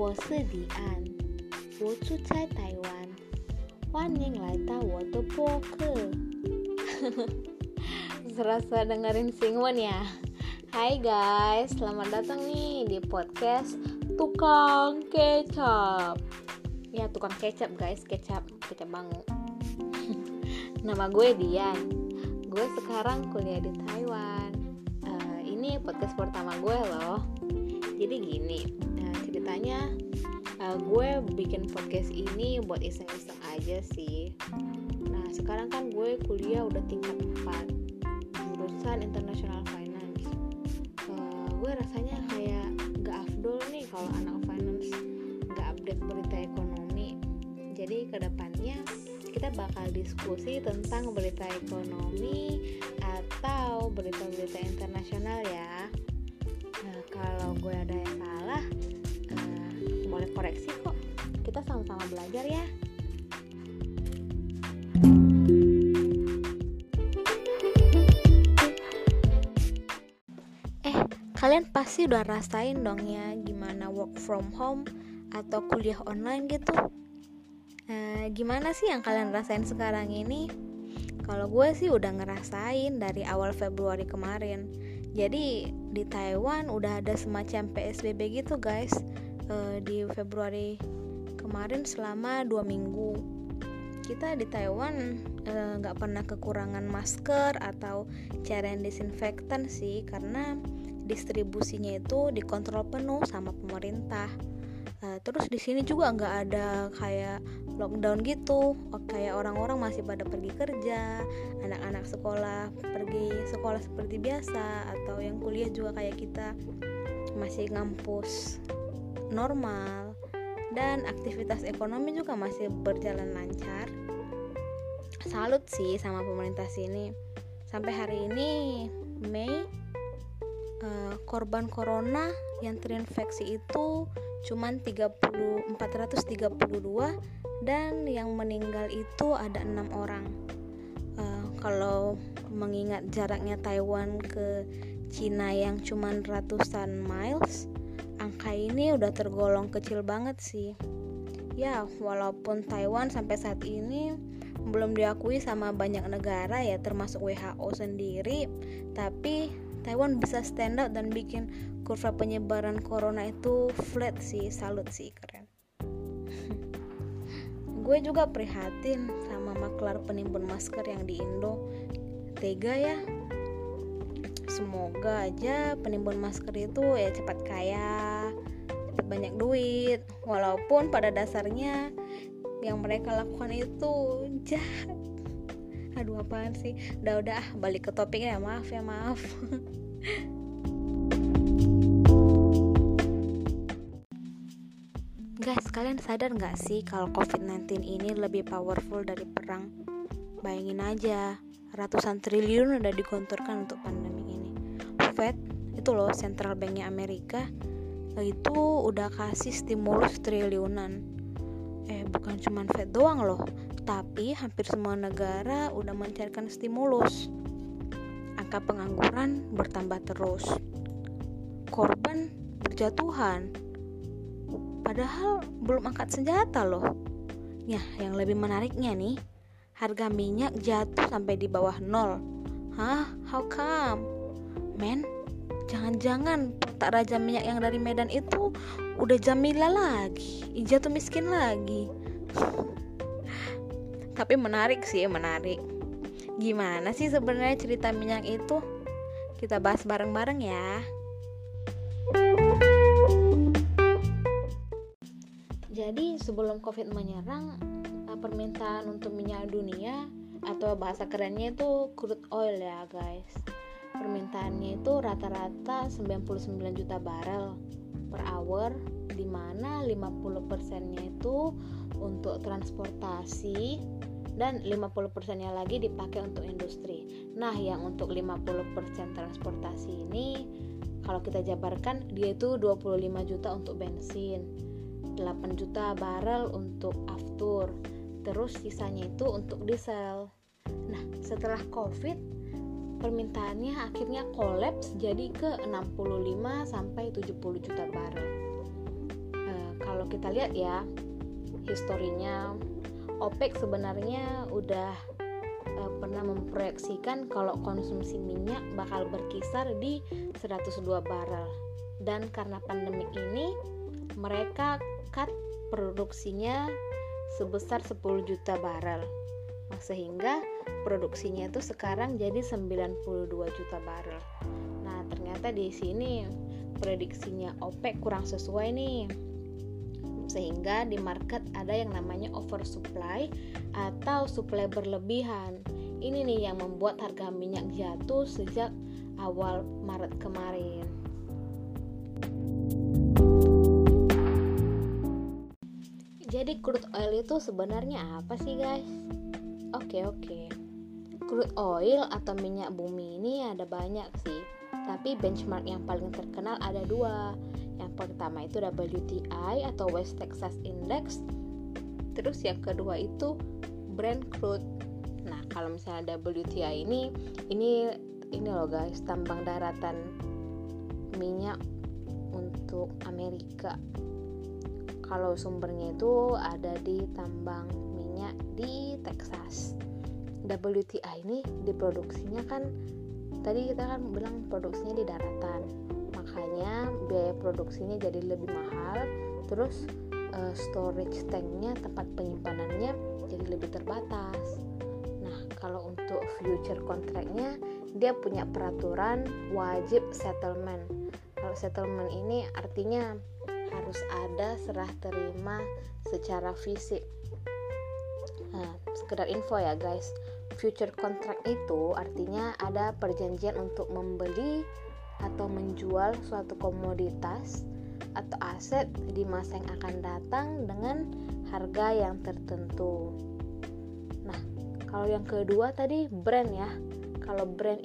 我是李安，我住在台湾，欢迎来到我的播客。Serasa dengerin Singwon ya. Hai guys, selamat datang nih di podcast Tukang Kecap. Ya, tukang kecap guys, kecap bangu. Nama gue Dian. Gue sekarang kuliah di Taiwan. Ini podcast pertama gue loh. Jadi gini, ceritanya gue bikin podcast ini buat iseng-iseng aja sih. Nah, sekarang kan gue kuliah udah tingkat 4, jurusan International Finance. Gue rasanya kayak gak afdol nih kalau anak finance gak update berita ekonomi. Jadi kedepannya kita bakal diskusi tentang berita ekonomi atau berita-berita internasional ya. Kalau gue ada yang salah, boleh koreksi kok. Kita sama-sama belajar ya. Kalian pasti udah rasain dong ya gimana work from home atau kuliah online gitu. Gimana sih yang kalian rasain sekarang ini? Kalau gue sih udah ngerasain dari awal Februari kemarin. Jadi di Taiwan udah ada semacam PSBB gitu guys. Di Februari kemarin selama 2 minggu. Kita di Taiwan gak pernah kekurangan masker atau cairan disinfektan sih, karena distribusinya itu dikontrol penuh sama pemerintah. Terus di sini juga nggak ada kayak lockdown gitu, kayak orang-orang masih pada pergi kerja, anak-anak sekolah pergi sekolah seperti biasa, atau yang kuliah juga kayak kita masih ngampus normal, dan aktivitas ekonomi juga masih berjalan lancar. Salut sih sama pemerintah sini. Sampai hari ini Mei, korban corona yang terinfeksi itu cuman 432, dan yang meninggal itu ada 6 orang. Kalau mengingat jaraknya Taiwan ke Cina yang cuman ratusan miles, angka ini udah tergolong kecil banget sih. Ya, walaupun Taiwan sampai saat ini belum diakui sama banyak negara ya, termasuk WHO sendiri, tapi Taiwan bisa stand out dan bikin kurva penyebaran corona itu flat sih. Salut sih, keren. Gue juga prihatin sama maklar penimbun masker yang di Indo. Tega ya. Semoga aja penimbun masker itu ya cepat kaya, cepat banyak duit. Walaupun pada dasarnya yang mereka lakukan itu jahat. Aduh, apaan sih? Udah balik ke topik ya. Maaf. Guys, kalian sadar gak sih kalau COVID-19 ini lebih powerful dari perang? Bayangin aja, ratusan triliun udah digelontorkan untuk pandemi ini. Fed, itu loh Central Banknya Amerika, itu udah kasih stimulus triliunan. Bukan cuma Fed doang loh, tapi hampir semua negara udah mencairkan stimulus. Angka pengangguran bertambah terus, korban berjatuhan, padahal belum angkat senjata loh. Nah, yang lebih menariknya nih, harga minyak jatuh sampai di bawah 0. Hah? How come? Men, jangan-jangan tak raja minyak yang dari Medan itu udah Jamila lagi, jatuh miskin lagi. Tapi menarik. Gimana sih sebenarnya cerita minyak itu? Kita bahas bareng-bareng ya. Jadi sebelum COVID menyerang, permintaan untuk minyak dunia atau bahasa kerennya itu crude oil ya guys. Permintaannya itu rata-rata 99 juta barel per hour, di mana 50%-nya itu untuk transportasi dan 50%-nya lagi dipakai untuk industri. Nah, yang untuk 50% transportasi ini kalau kita jabarkan, dia itu 25 juta untuk bensin, 8 juta barel untuk aftur, terus sisanya itu untuk diesel. Nah, setelah COVID, permintaannya akhirnya kolaps jadi ke 65 sampai 70 juta barel. Kalau kalau kita lihat ya historinya, OPEC sebenarnya udah pernah memproyeksikan kalau konsumsi minyak bakal berkisar di 102 barel. Dan karena pandemik ini mereka cut produksinya sebesar 10 juta barel. Sehingga produksinya itu sekarang jadi 92 juta barel. Nah, ternyata di sini prediksinya OPEC kurang sesuai nih. Sehingga di market ada yang namanya oversupply atau supply berlebihan. Ini nih yang membuat harga minyak jatuh sejak awal Maret kemarin. Jadi crude oil itu sebenarnya apa sih guys? Oke. Crude oil atau minyak bumi ini ada banyak sih. Tapi benchmark yang paling terkenal ada dua. Yang pertama itu WTI atau West Texas Index. Terus yang kedua itu Brent crude. Nah, kalau misalnya WTI ini loh guys, tambang daratan minyak untuk Amerika. Kalau sumbernya itu ada di tambang minyak di Texas. WTI ini diproduksinya kan, tadi kita kan bilang produksinya di daratan, makanya biaya produksinya jadi lebih mahal. Terus storage tanknya, tempat penyimpanannya jadi lebih terbatas. Nah, kalau untuk future contractnya dia punya peraturan wajib settlement. Kalau settlement ini artinya harus ada serah terima secara fisik. Nah, sekedar info ya guys, future contract itu artinya ada perjanjian untuk membeli atau menjual suatu komoditas atau aset di masa yang akan datang dengan harga yang tertentu. Nah, kalau yang kedua tadi Brent ya. Kalau Brent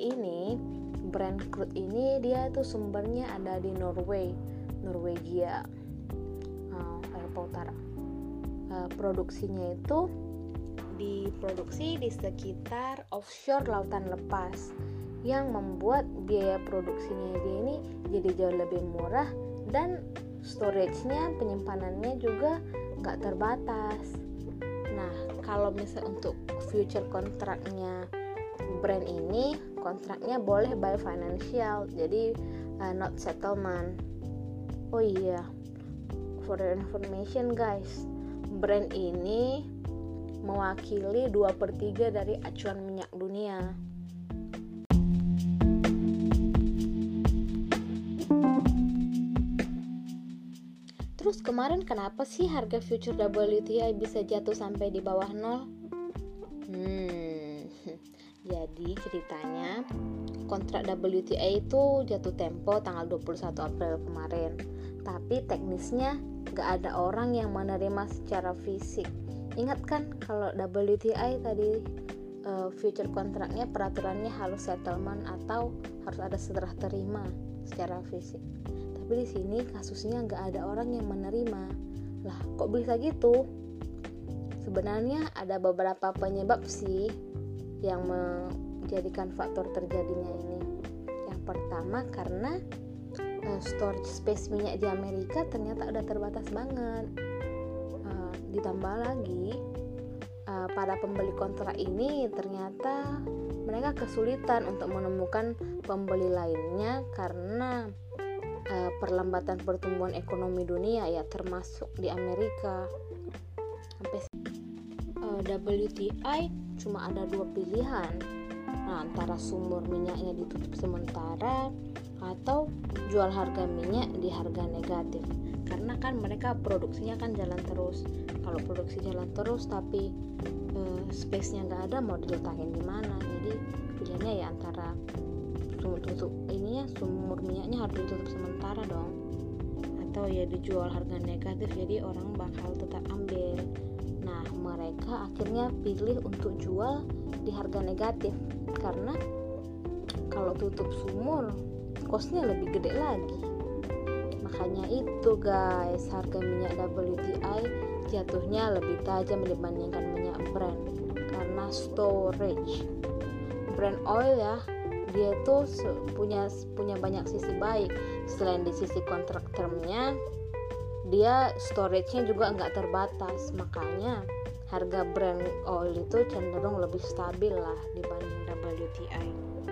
crude ini dia tuh sumbernya ada di Norwegia, Eropa Utara. Produksinya itu diproduksi di sekitar offshore lautan lepas, yang membuat biaya produksinya dia ini jadi jauh lebih murah dan storage-nya, penyimpanannya juga nggak terbatas. Nah, kalau misalnya untuk future kontraknya Brent ini, kontraknya boleh by financial, jadi not settlement. Oh iya, for your information guys, Brent ini mewakili 2/3 dari acuan minyak dunia. Terus kemarin kenapa sih harga future WTI bisa jatuh sampai di bawah 0? Jadi ceritanya kontrak WTI itu jatuh tempo tanggal 21 April kemarin. Tapi teknisnya gak ada orang yang menerima secara fisik. Ingat kan kalau WTI tadi future kontraknya peraturannya harus settlement atau harus ada serah terima secara fisik. Tapi di sini kasusnya nggak ada orang yang menerima. Lah, kok bisa gitu? Sebenarnya ada beberapa penyebab sih yang menjadikan faktor terjadinya ini. Yang pertama karena storage space minyak di Amerika ternyata udah terbatas banget. Ditambah lagi para pembeli kontrak ini ternyata mereka kesulitan untuk menemukan pembeli lainnya karena perlambatan pertumbuhan ekonomi dunia ya, termasuk di Amerika. Sampai WTI cuma ada dua pilihan, antara sumur minyaknya ditutup sementara atau jual harga minyak di harga negatif. Karena kan mereka produksinya kan jalan terus. Kalau produksi jalan terus tapi space-nya nggak ada, mau diletakin di mana? Jadi pilihannya ya antara sumur minyaknya harus ditutup sementara dong, atau ya dijual harga negatif, jadi orang bakal tetap ambil. Nah, mereka akhirnya pilih untuk jual di harga negatif karena kalau tutup sumur cost-nya lebih gede lagi. Makanya itu guys, harga minyak WTI jatuhnya lebih tajam dibandingkan minyak Brent karena storage. Brent oil ya, dia tuh punya banyak sisi baik. Selain di sisi kontrak termnya, dia storage-nya juga nggak terbatas, makanya harga Brent oil itu cenderung lebih stabil lah dibanding WTI.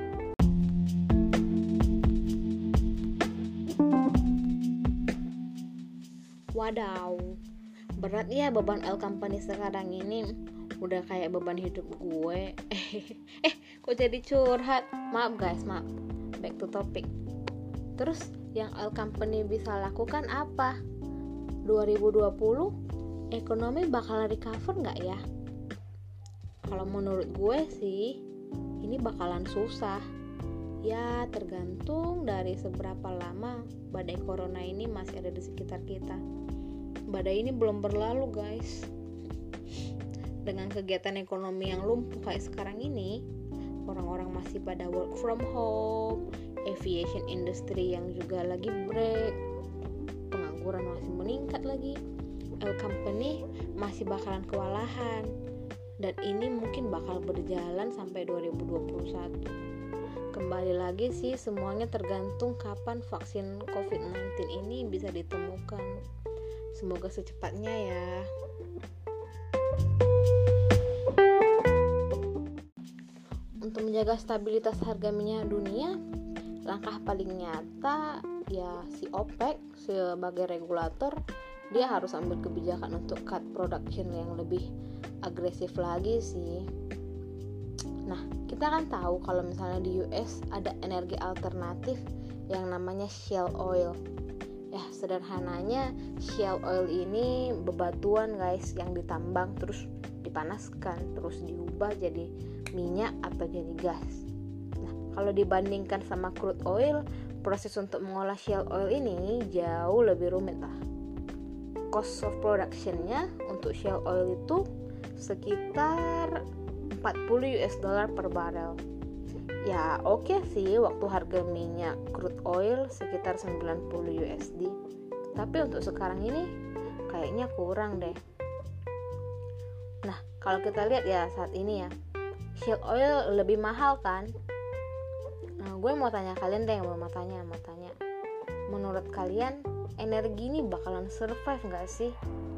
Wadaw, berat ya beban oil company sekarang ini, udah kayak beban hidup gue. Kok jadi curhat? Maaf guys, maaf. Back to topic. Terus yang oil company bisa lakukan apa? 2020 ekonomi bakalan recover nggak ya? Kalau menurut gue sih, ini bakalan susah. Ya tergantung dari seberapa lama badai corona ini masih ada di sekitar kita. Badai ini belum berlalu guys. Dengan kegiatan ekonomi yang lumpuh kayak sekarang ini, orang-orang masih pada work from home, aviation industry yang juga lagi break, pengangguran masih meningkat lagi, oil company masih bakalan kewalahan, dan ini mungkin bakal berjalan sampai 2021. Kembali lagi sih, semuanya tergantung kapan vaksin COVID-19 ini bisa ditemukan. Semoga secepatnya ya. Untuk menjaga stabilitas harga minyak dunia, langkah paling nyata ya si OPEC sebagai regulator, dia harus ambil kebijakan untuk cut production yang lebih agresif lagi sih. Nah, kita kan tahu kalau misalnya di US ada energi alternatif yang namanya shale oil. Ya, sederhananya shale oil ini bebatuan guys yang ditambang terus dipanaskan terus diubah jadi minyak atau jadi gas. Nah, kalau dibandingkan sama crude oil, proses untuk mengolah shale oil ini jauh lebih rumit lah. Cost of production-nya untuk shale oil itu sekitar $40 per barel. Ya oke sih, waktu harga minyak crude oil sekitar $90. Tapi untuk sekarang ini kayaknya kurang deh. Nah, kalau kita lihat ya saat ini ya, shale oil lebih mahal kan? Nah, gue mau tanya kalian deh, mau tanya. Menurut kalian energi ini bakalan survive nggak sih?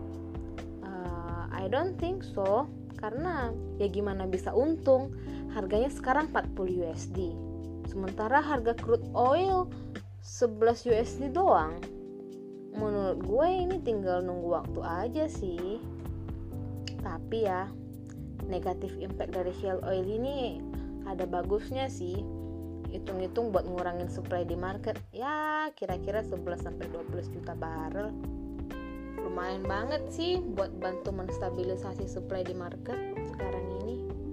I don't think so. Karena ya gimana bisa untung, harganya sekarang $40, sementara harga crude oil $11 doang. Menurut gue ini tinggal nunggu waktu aja sih. Tapi ya, negatif impact dari shale oil ini ada bagusnya sih. Hitung-hitung buat ngurangin supply di market, ya kira-kira 11-12 juta barel. Lumayan banget sih buat bantu menstabilisasi supply di market sekarang ini.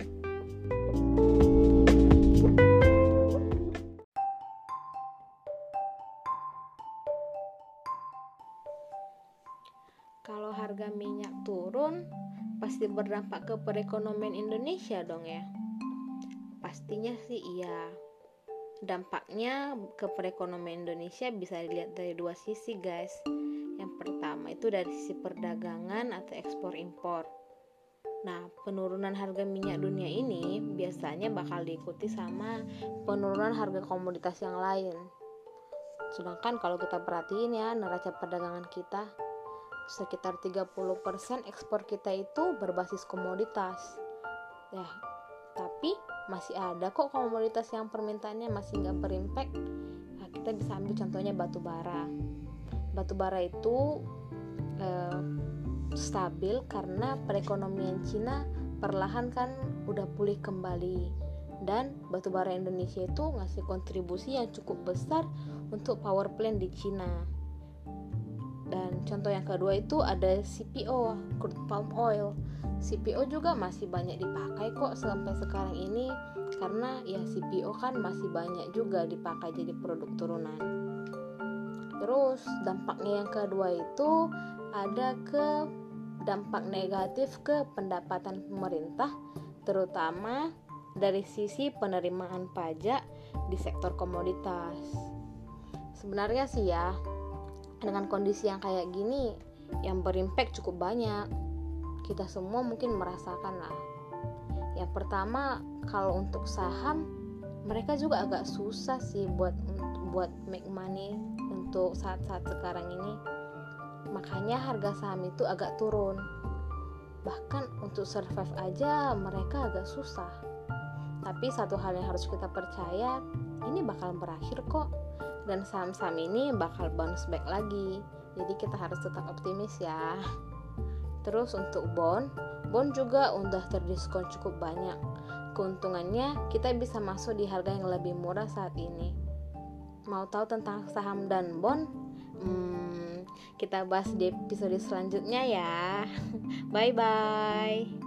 Kalau harga minyak turun, pasti berdampak ke perekonomian Indonesia dong ya? Pastinya sih iya. Dampaknya ke perekonomian Indonesia bisa dilihat dari dua sisi guys. Yang pertama itu dari sisi perdagangan atau ekspor impor. Nah, penurunan harga minyak dunia ini biasanya bakal diikuti sama penurunan harga komoditas yang lain. Sedangkan kalau kita perhatiin ya neraca perdagangan kita, sekitar 30% ekspor kita itu berbasis komoditas. Ya, tapi masih ada kok komoditas yang permintaannya masih nggak berimpact. Nah, kita bisa ambil contohnya batu bara. Batu bara itu stabil karena perekonomian Cina perlahan kan udah pulih kembali, dan batu bara Indonesia itu ngasih kontribusi yang cukup besar untuk power plant di Cina. Dan contoh yang kedua itu ada CPO, crude palm oil. CPO juga masih banyak dipakai kok sampai sekarang ini, karena ya CPO kan masih banyak juga dipakai jadi produk turunan. Terus dampaknya yang kedua itu ada ke dampak negatif ke pendapatan pemerintah, terutama dari sisi penerimaan pajak di sektor komoditas. Sebenarnya sih ya, dengan kondisi yang kayak gini, yang berimpact cukup banyak. Kita semua mungkin merasakan lah. Yang pertama, kalau untuk saham, mereka juga agak susah sih buat make money untuk saat-saat sekarang ini. makanya harga saham itu agak turun. Bahkan untuk survive aja mereka agak susah. Tapi satu hal yang harus kita percaya, ini bakal berakhir kok. Dan saham-saham ini bakal bounce back lagi. Jadi kita harus tetap optimis ya. Terus untuk bond juga udah terdiskon cukup banyak. Keuntungannya kita bisa masuk di harga yang lebih murah saat ini. Mau tahu tentang saham dan bond? Kita bahas di episode selanjutnya ya. Bye bye.